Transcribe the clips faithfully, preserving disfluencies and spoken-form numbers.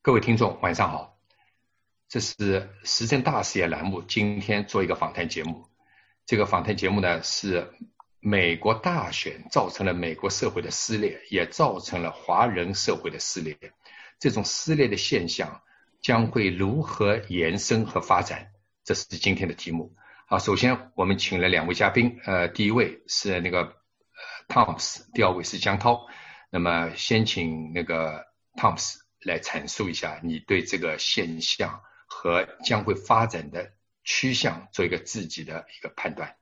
各位听众晚上好，这是时政大视野栏目今天做一个访谈节目。这个访谈节目呢，是美国大选造成了美国社会的撕裂，也造成了华人社会的撕裂。这种撕裂的现象将会如何延伸和发展，这是今天的题目。好，首先我们请了两位嘉宾，呃，第一位是那个呃 Thomas， 第二位是江涛。那么先请那个 Thomas来阐述一下你对这个现象和将会发展的趋向做一个自己的一个判断。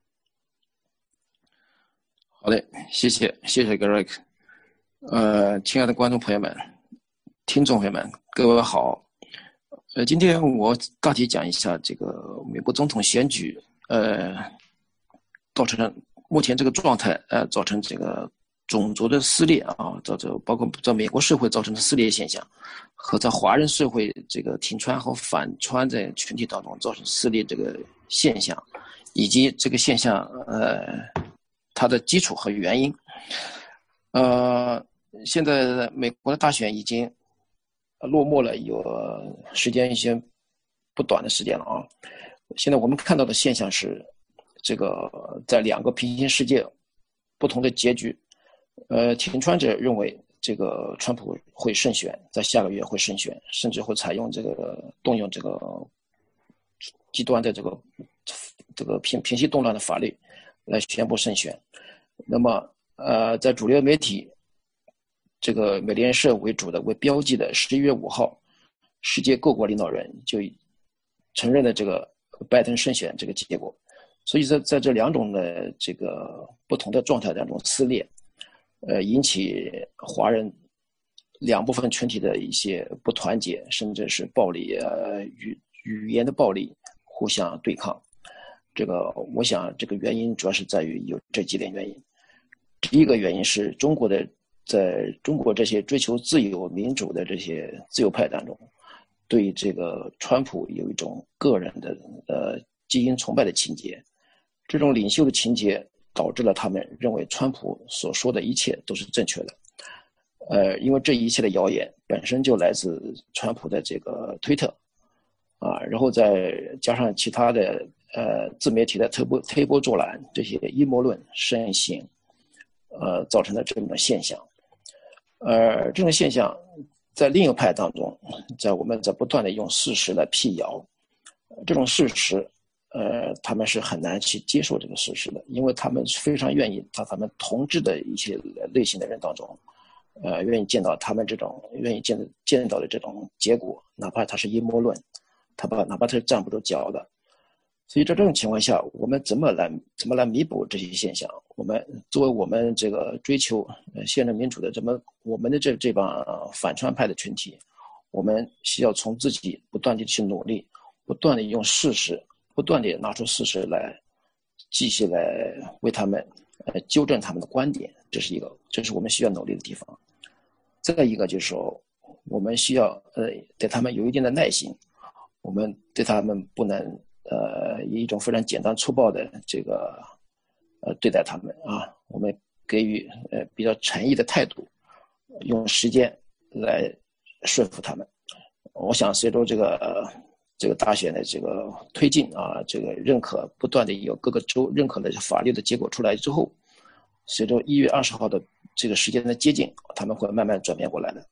好的，谢谢，谢谢 Greg。呃，亲爱的观众朋友们、听众朋友们，各位好。呃，今天我大体讲一下这个美国总统选举，呃，造成目前这个状态，呃，造成这个种族的撕裂啊，造成包括在美国社会造成的撕裂现象，和在华人社会这个挺川和反川在群体当中造成撕裂这个现象，以及这个现象呃它的基础和原因。呃，现在美国的大选已经落幕了，有时间一些不短的时间了啊。现在我们看到的现象是，这个在两个平行世界不同的结局。呃，挺川者认为这个川普会胜选，在下个月会胜选，甚至会采用这个动用这个极端的这个这个平平息动乱的法律来宣布胜选。那么，呃，在主流媒体这个美联社为主的为标记的十一月五号，世界各国领导人就承认了这个拜登胜选这个结果。所以在在这两种的这个不同的状态当中撕裂。呃，引起华人两部分群体的一些不团结，甚至是暴力，呃，语语言的暴力互相对抗。这个，我想这个原因主要是在于有这几点原因。第一个原因是中国的，在中国这些追求自由民主的这些自由派当中，对这个川普有一种个人的呃基因崇拜的情节，这种领袖的情节。导致了他们认为川普所说的一切都是正确的，呃，因为这一切的谣言本身就来自川普的这个推特，啊，然后再加上其他的呃自媒体的推波推波助澜，这些阴谋论盛行，呃，造成的这种现象，呃，这种现象在另一派当中，在我们在不断的用事实来辟谣，这种事实。呃，他们是很难去接受这个事实的，因为他们非常愿意在他们同志的一些类型的人当中，呃，愿意见到他们这种愿意见见到的这种结果，哪怕他是阴谋论，他把哪怕他是站不住脚的。所以在这种情况下，我们怎么来怎么来弥补这些现象？我们作为我们这个追求呃宪政民主的这么我们的这这帮反川派的群体，我们需要从自己不断的去努力，不断的用事实。不断地拿出事实来，继续来为他们呃纠正他们的观点，这是一个，这是我们需要努力的地方。再一个就是说，我们需要呃对他们有一定的耐心，我们对他们不能呃以一种非常简单粗暴的这个呃对待他们啊，我们给予呃比较诚意的态度，用时间来说服他们。我想随着这个。呃这个大选的这个推进啊，这个认可不断的有各个州认可的法律的结果出来之后，随着一月二十号的这个时间的接近，他们会慢慢转变过来的。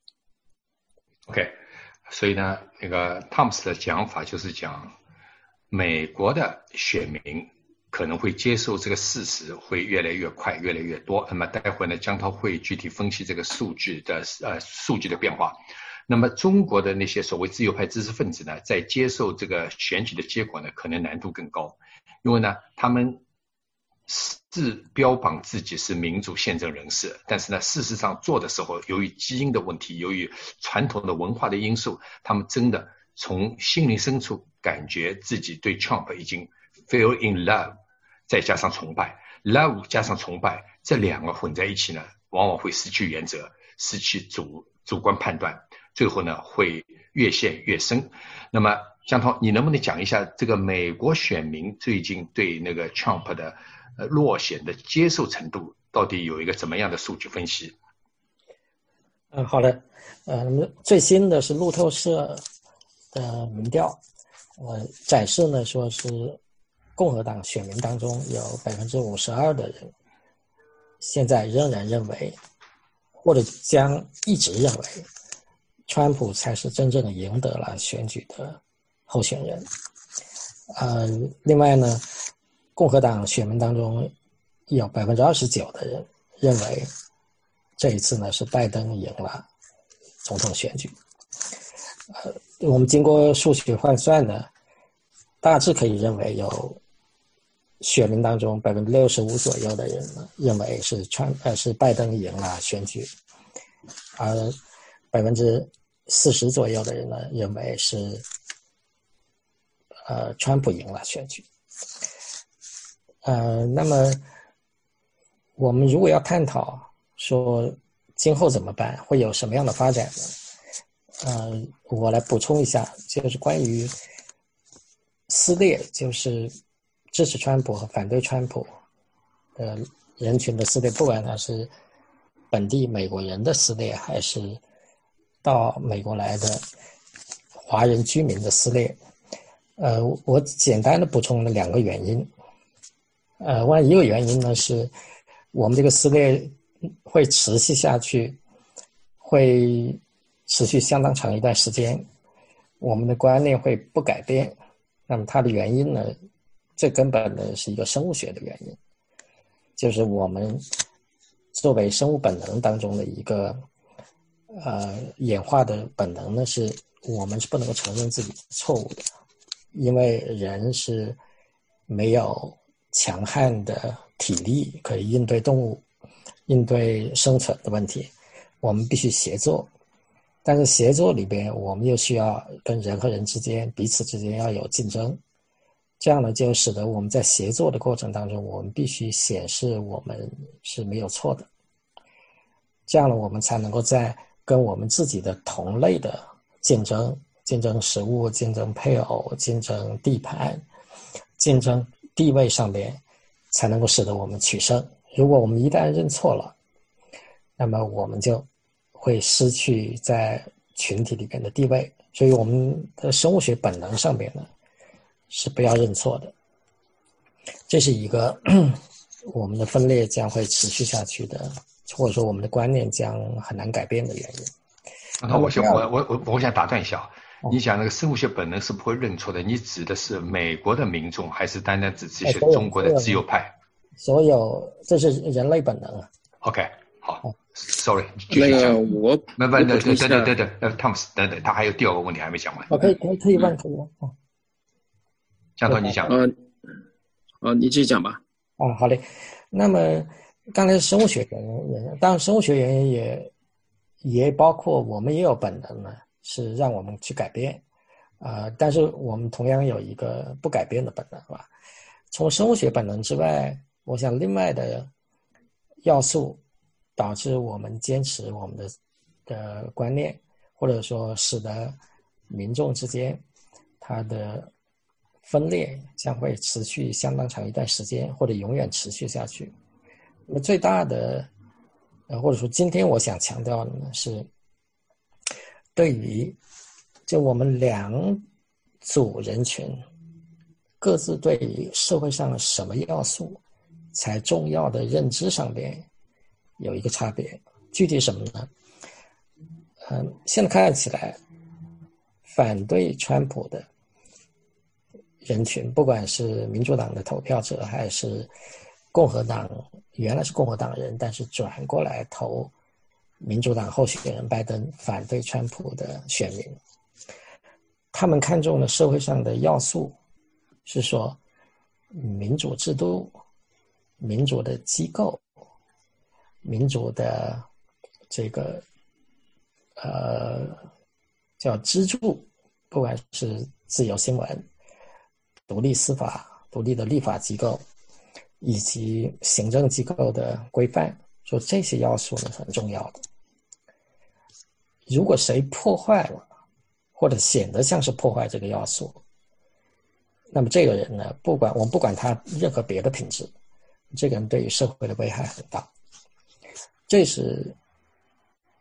OK， 所以呢，那个汤姆斯的讲法就是讲，美国的选民可能会接受这个事实会越来越快，越来越多。那么待会呢，江涛会具体分析这个数据的呃数据的变化。那么中国的那些所谓自由派知识分子呢，在接受这个选举的结果呢，可能难度更高，因为呢，他们自标榜自己是民主宪政人士，但是呢，事实上做的时候，由于基因的问题，由于传统的文化的因素，他们真的从心灵深处感觉自己对 Trump 已经 feel in love， 再加上崇拜 ，love 加上崇拜，这两个混在一起呢，往往会失去原则，失去主主观判断。最后呢，会越陷越深。那么，江涛，你能不能讲一下这个美国选民最近对那个 Trump 的呃落选的接受程度，到底有一个怎么样的数据分析？ 嗯，好的。呃，那么最新的是路透社的民调，呃，展示呢说是共和党选民当中有百分之五十二的人现在仍然认为，或者将一直认为，川普才是真正的赢得了选举的候选人。呃，另外呢，共和党选民当中有百分之二十九的人认为，这一次呢是拜登赢了总统选举。呃，我们经过数学换算呢，大致可以认为有选民当中百分之六十五左右的人呢认为是川呃是拜登赢了选举，而百分之四十左右的人呢认为是呃川普赢了选举。呃，那么我们如果要探讨说今后怎么办，会有什么样的发展呢？呃，我来补充一下，就是关于撕裂，就是支持川普和反对川普的人群的撕裂，不管他是本地美国人的撕裂，还是到美国来的华人居民的撕裂。呃，我简单的补充了两个原因。呃，万一个原因呢是，我们这个撕裂会持续下去，会持续相当长一段时间，我们的观念会不改变。那么它的原因呢，最根本的是一个生物学的原因，就是我们作为生物本能当中的一个呃演化的本能呢，是我们是不能够承认自己错误的，因为人是没有强悍的体力可以应对动物、应对生存的问题，我们必须协作。但是协作里边，我们又需要跟人和人之间、彼此之间要有竞争，这样呢，就使得我们在协作的过程当中，我们必须显示我们是没有错的。这样呢，我们才能够在跟我们自己的同类的竞争、竞争食物、竞争配偶、竞争地盘、竞争地位上边，才能够使得我们取胜。如果我们一旦认错了，那么我们就会失去在群体里边的地位。所以我们的生物学本能上边呢，是不要认错的。这是一个我们的分裂将会持续下去的，或者说我们的观念将很难改变的原因。 那我想我我我我想打断一下，你讲那个生物学本能是不会认错的，你指的是美国的民众，还是单单指这些中国的自由派？ 所有，这是人类本能啊。 OK， 好 ，Sorry， 那个我没不，对对对对对，呃，汤姆斯，等等，他还有第二个问题还没讲完。 我可以可以可以问，可以问。哦， 江涛，你讲。 呃，呃，你继续讲吧。 啊，好嘞。那么刚才生物学原因，当然生物学原因也也包括我们也有本能呢，是让我们去改变，啊、呃，但是我们同样有一个不改变的本能，是吧？从生物学本能之外，我想另外的要素导致我们坚持我们的的观念，或者说使得民众之间它的分裂将会持续相当长一段时间，或者永远持续下去。那么最大的呃，或者说今天我想强调的呢是，对于就我们两组人群各自对于社会上什么要素才重要的认知上边有一个差别。具体什么呢？嗯，现在看起来反对川普的人群，不管是民主党的投票者，还是共和党原来是共和党人，但是转过来投民主党候选人拜登，反对川普的选民，他们看重的社会上的要素是说民主制度、民主的机构、民主的这个呃叫支柱，不管是自由新闻、独立司法、独立的立法机构以及行政机构的规范，说这些要素呢是很重要的。如果谁破坏了，或者显得像是破坏这个要素，那么这个人呢，不管我们不管他任何别的品质，这个人对于社会的危害很大。这是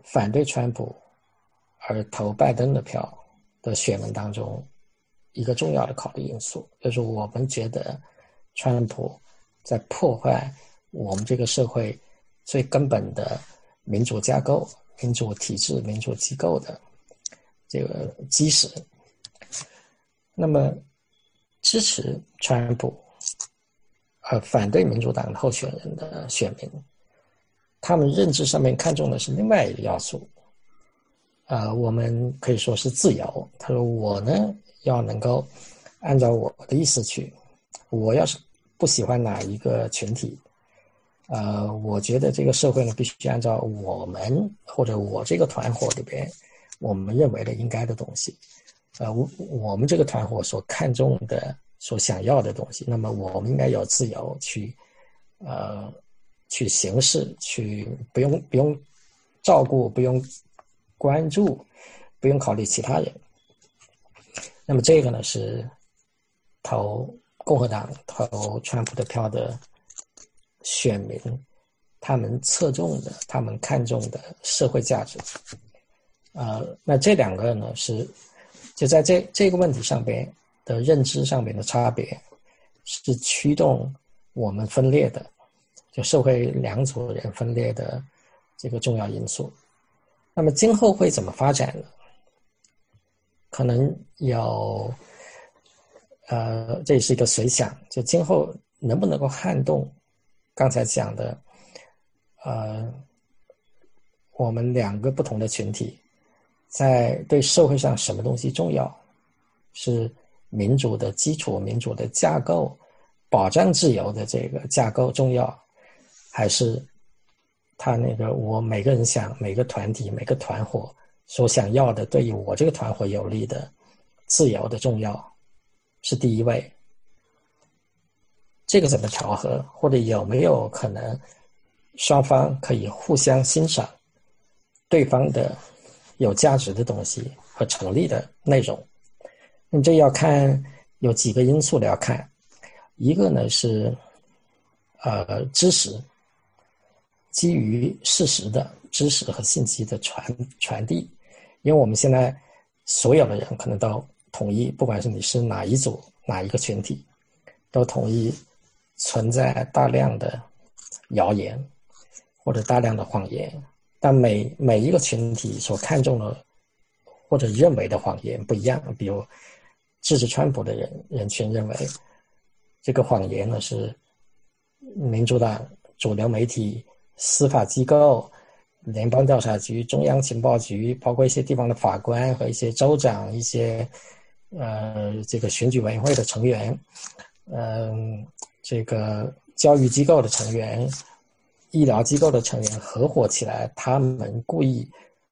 反对川普而投拜登的票的选民当中一个重要的考虑因素，就是我们觉得川普在破坏我们这个社会最根本的民主架构、民主体制、民主机构的这个基石。那么支持川普而反对民主党的候选人的选民，他们认知上面看重的是另外一个要素，呃，我们可以说是自由。他说我呢要能够按照我的意思去，我要是不喜欢哪一个群体，呃，我觉得这个社会呢必须按照我们或者我这个团伙里边我们认为的应该的东西，呃，我我们这个团伙所看重的、所想要的东西，那么我们应该有自由去，呃，去行事，去不用不用照顾，不用关注，不用考虑其他人。那么这个呢是投共和党、投川普的票的选民，他们侧重的、他们看重的社会价值。呃，那这两个呢是就在这这个问题上边的认知上面的差别，是驱动我们分裂的，就社会两组人分裂的这个重要因素。那么今后会怎么发展呢？可能有，呃，这也是一个随想，就今后能不能够撼动刚才讲的，呃，我们两个不同的群体在对社会上什么东西重要，是民主的基础、民主的架构、保障自由的这个架构重要，还是他那个我每个人想、每个团体、每个团伙所想要的对于我这个团伙有利的自由的重要是第一位？这个怎么调和，或者有没有可能双方可以互相欣赏对方的有价值的东西和成立的内容？那这要看有几个因素的要看，一个呢是呃知识，基于事实的知识和信息的传传递，因为我们现在所有的人可能都同意，不管是你是哪一组哪一个群体，都同意存在大量的谣言或者大量的谎言，但每每一个群体所看重的或者认为的谎言不一样。比如支持川普的人人群认为这个谎言呢是民主党主流媒体、司法机构、联邦调查局、中央情报局，包括一些地方的法官和一些州长、一些呃这个选举委员会的成员，嗯、呃，这个教育机构的成员、医疗机构的成员合伙起来，他们故意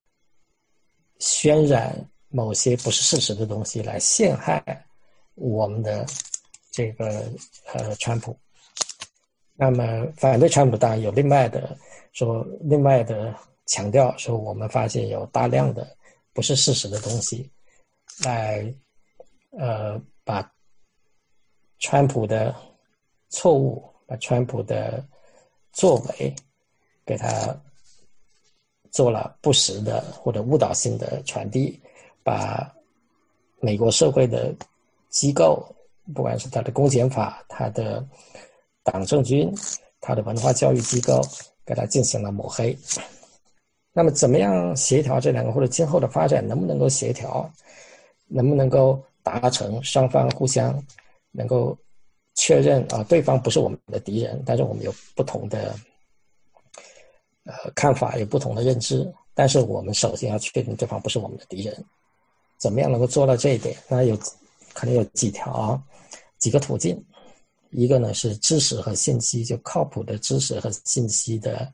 渲染某些不是事实的东西来陷害我们的这个呃川普。那么反对川普当然有另外的说，另外的强调说，我们发现有大量的不是事实的东西，来呃把川普的错误、把川普的作为给他做了不实的或者误导性的传递，把美国社会的机构，不管是他的公检法、他的党政军、他的文化教育机构，给他进行了抹黑。那么怎么样协调这两个，或者今后的发展能不能够协调，能不能够达成双方互相能够确认啊，对方不是我们的敌人，但是我们有不同的呃看法，有不同的认知，但是我们首先要确定对方不是我们的敌人。怎么样能够做到这一点？那有可能有几条几个途径。一个呢是知识和信息，就靠谱的知识和信息的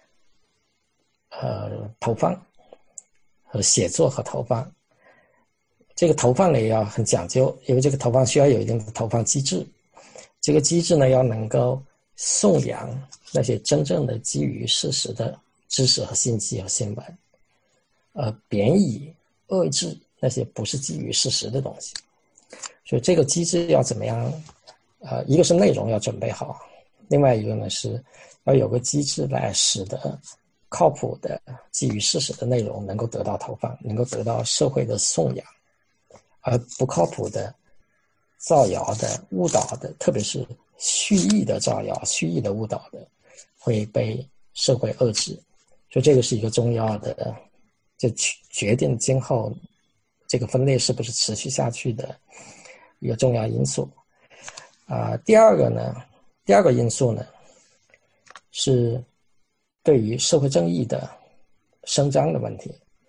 呃投放和写作和投放。这个投放呢也要很讲究，因为这个投放需要有一定的投放机制。这个机制呢要能够颂扬那些真正的基于事实的知识和信息和新闻，呃，贬以遏制那些不是基于事实的东西。所以这个机制要怎么样？呃，一个是内容要准备好，另外一个呢是要有个机制来使得靠谱的、基于事实的内容能够得到投放，能够得到社会的颂扬，而不靠谱的、造谣的、误导的，特别是蓄意的造谣、蓄意的误导的，会被社会遏制。所以这个是一个重要的，就决定今后这个分裂是不是持续下去的一个重要因素。啊、呃，第二个呢，第二个因素呢，是对于社会正义的伸张的问题，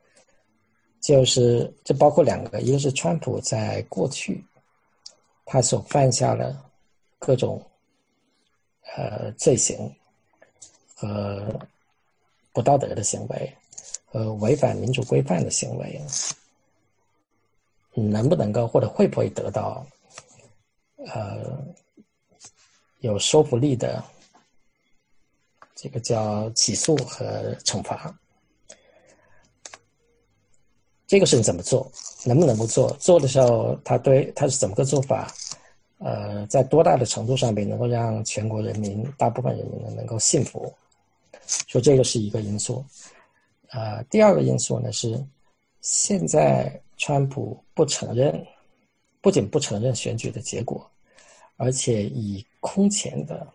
就是这包括两个，一个是川普在过去他所犯下了各种呃罪行和不道德的行为和违反民主规范的行为，能不能够或者会不会得到呃有说服力的这个叫起诉和惩罚。这个事情怎么做，能不能够做，做的时候他对他是怎么个做法，呃，在多大的程度上面能够让全国人民大部分人民能够信服，所以这个是一个因素。呃，第二个因素呢是现在川普不承认，不仅不承认选举的结果，而且以空前的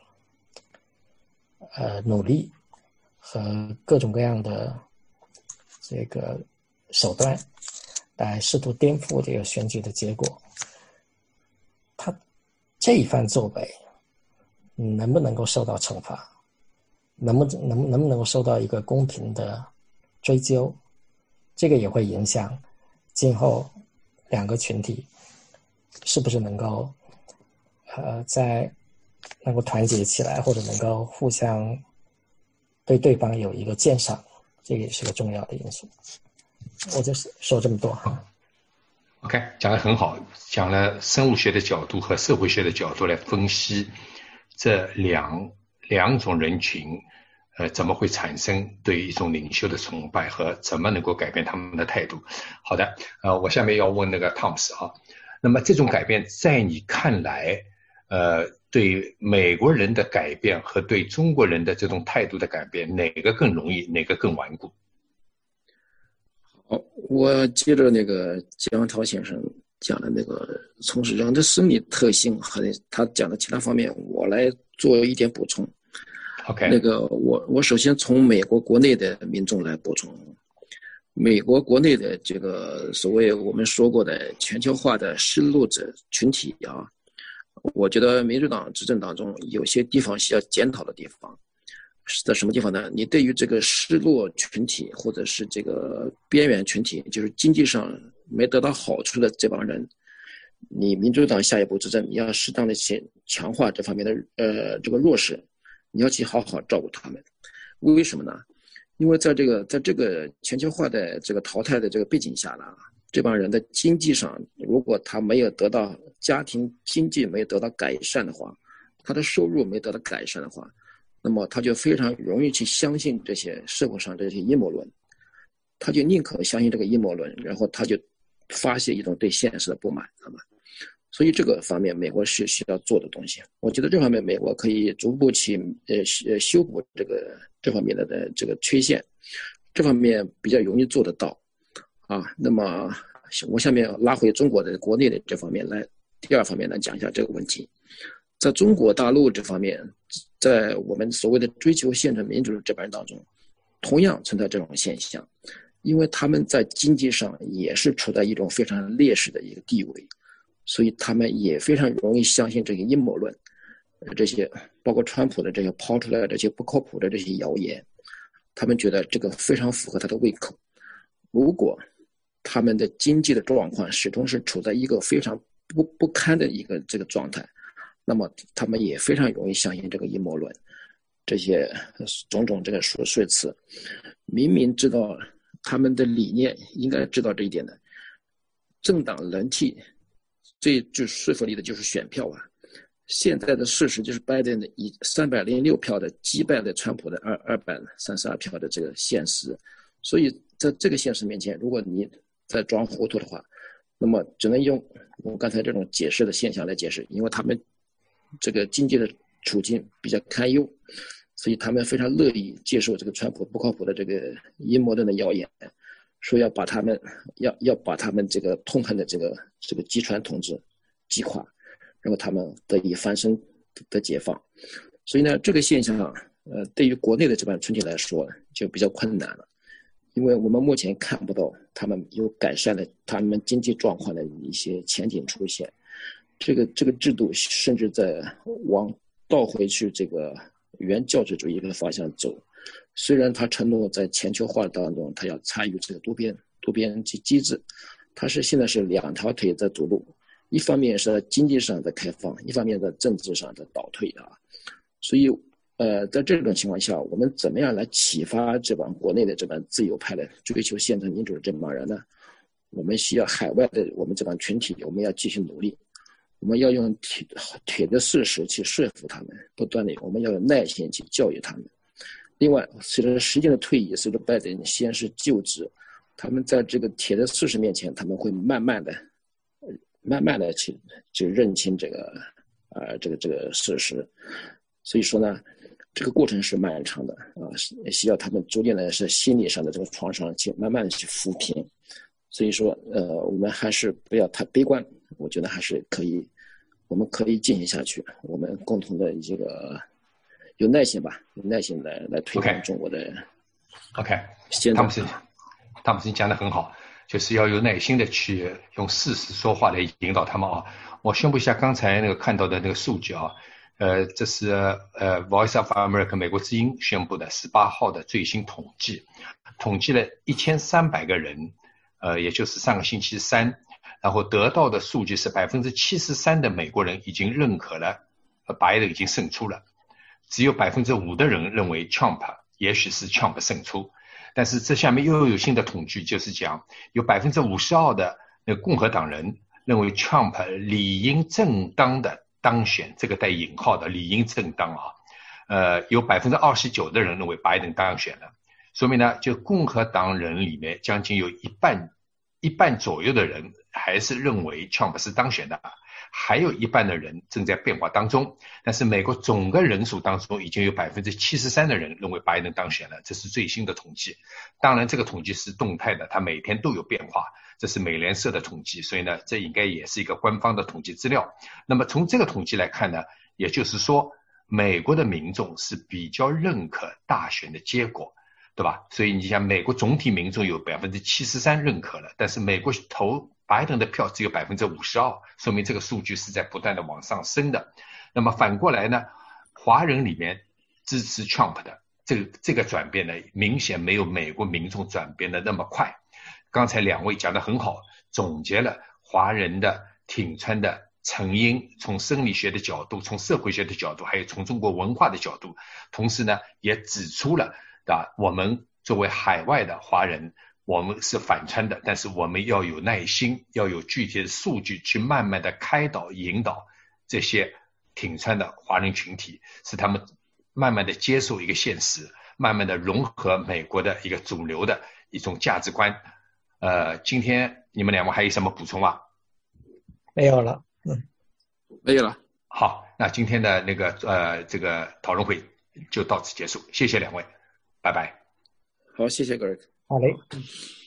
呃努力和各种各样的这个手段来试图颠覆这个选举的结果。他这一番作为能不能够受到惩罚，能不能能不能够受到一个公平的追究，这个也会影响今后两个群体是不是能够呃在能够团结起来，或者能够互相对对方有一个鉴赏，这个也是个重要的因素。我就说这么多。 OK， 讲得很好，讲了生物学的角度和社会学的角度来分析这两两种人群，呃，怎么会产生对一种领袖的崇拜和怎么能够改变他们的态度。好的，呃，我下面要问那个汤姆斯啊，那么这种改变在你看来，呃，对美国人的改变和对中国人的这种态度的改变，哪个更容易，哪个更顽固？ 好，我接着那个江涛先生讲的那个从事人的生理特性和他讲的其他方面，我来做一点补充。 OK， 那个我我首先从美国国内的民众来补充，美国国内的这个所谓我们说过的全球化的失落者群体啊，我觉得民主党执政当中有些地方需要检讨的地方。是在什么地方呢？你对于这个失落群体或者是这个边缘群体，就是经济上没得到好处的这帮人，你民主党下一步执政，你要适当的去强化这方面的呃这个弱势，你要去好好照顾他们。为什么呢？因为在这个在这个全球化的这个淘汰的这个背景下呢，这帮人的经济上，如果他没有得到家庭经济没有得到改善的话，他的收入没得到改善的话，那么他就非常容易去相信这些社会上这些阴谋论，他就宁可相信这个阴谋论，然后他就发泄一种对现实的不满，知道吗？所以这个方面美国是需要做的东西。我觉得这方面美国可以逐步去呃修补这个这方面的的这个缺陷，这方面比较容易做得到啊。那么我下面拉回中国的国内的这方面来，第二方面来讲一下这个问题。在中国大陆这方面，在我们所谓的追求现实民主的这帮人当中，同样存在这种现象，因为他们在经济上也是处在一种非常劣势的一个地位，所以他们也非常容易相信这些阴谋论，这些包括川普的这些抛出来的这些不靠谱的这些谣言，他们觉得这个非常符合他的胃口。如果他们的经济的状况始终是处在一个非常不不堪的一个这个状态，那么他们也非常容易相信这个阴谋论，这些种种这个说说辞，明明知道他们的理念应该知道这一点的，政党轮替最具说服力的就是选票啊。现在的事实就是拜登的以三百零六票的击败了川普的二二百三十二票的这个现实，所以在这个现实面前，如果你再装糊涂的话，那么只能用我刚才这种解释的现象来解释，因为他们这个经济的处境比较堪忧， 所以他们非常乐意接受这个川普不靠谱的这个阴谋论的谣言，说要把他们要要把他们这个痛恨的这个这个集权统治击垮，然后他们得以翻身的解放。所以呢，这个现象呃，对于国内的这帮群体来说就比较困难了，因为我们目前看不到他们有改善的他们经济状况的一些前景出现。这个这个制度甚至在往倒回去这个原教旨主义的方向走。虽然他承诺在全球化当中他要参与这个多边多边机机制，他是现在是两条腿在走路，一方面是在经济上的开放，一方面在政治上的倒退啊。所以呃，在这种情况下，我们怎么样来启发这帮国内的这帮自由派的追求宪政民主的这帮人呢？我们需要海外的我们这帮群体，我们要继续努力，我们要用铁铁的事实去说服他们，不断的我们要有耐心去教育他们。另外，随着时间的推移，随着拜登先是就职，他们在这个铁的事实面前，他们会慢慢的、慢慢的去去认清这个呃这个这个事实。所以说呢，这个过程是漫长的啊，需要他们逐渐的是心理上的这个创伤去慢慢的去抚平。所以说，呃，我们还是不要太悲观，我觉得还是可以，我们可以进行下去。我们共同的这个有耐心吧，有耐心来来推动中国的。 OK， 汤姆森，汤姆森讲得很好，就是要有耐心的去用事实说话来引导他们啊。我宣布一下刚才那个看到的那个数据啊，呃，这是呃 Voice of America 美国之音宣布的十八号的最新统计，统计了一千三百个人。呃，也就是上个星期三，然后得到的数据是百分之七十三的美国人已经认可了，拜登已经胜出了，只有百分之五的人认为 Trump 也许是 Trump 胜出，但是这下面又有新的统计，就是讲有百分之五十二的那个共和党人认为 Trump 理应正当的当选，这个带引号的理应正当啊，呃，有百分之二十九的人认为拜登当选了。说明呢，就共和党人里面将近有一半一半左右的人还是认为 Trump 是当选的，还有一半的人正在变化当中。但是美国总个人数当中已经有百分之七十三的人认为拜登当选了，这是最新的统计。当然这个统计是动态的，它每天都有变化，这是美联社的统计，所以呢这应该也是一个官方的统计资料。那么从这个统计来看呢，也就是说美国的民众是比较认可大选的结果，对吧？所以你想，美国总体民众有百分之七十三认可了，但是美国投拜登的票只有百分之五十二，说明这个数据是在不断的往上升的。那么反过来呢，华人里面支持 Trump 的这个这个转变呢，明显没有美国民众转变的那么快。刚才两位讲得很好，总结了华人的挺川的成因，从生理学的角度，从社会学的角度，还有从中国文化的角度，同时呢也指出了啊，我们作为海外的华人，我们是反川的，但是我们要有耐心，要有具体的数据去慢慢的开导引导这些挺川的华人群体，使他们慢慢的接受一个现实，慢慢的融合美国的一个主流的一种价值观。呃，今天你们两位还有什么补充吗？ 没有了，嗯， 没有了。 好，那今天的那个呃这个讨论会就到此结束，谢谢两位。拜拜。 好，谢谢各位。 好嘞。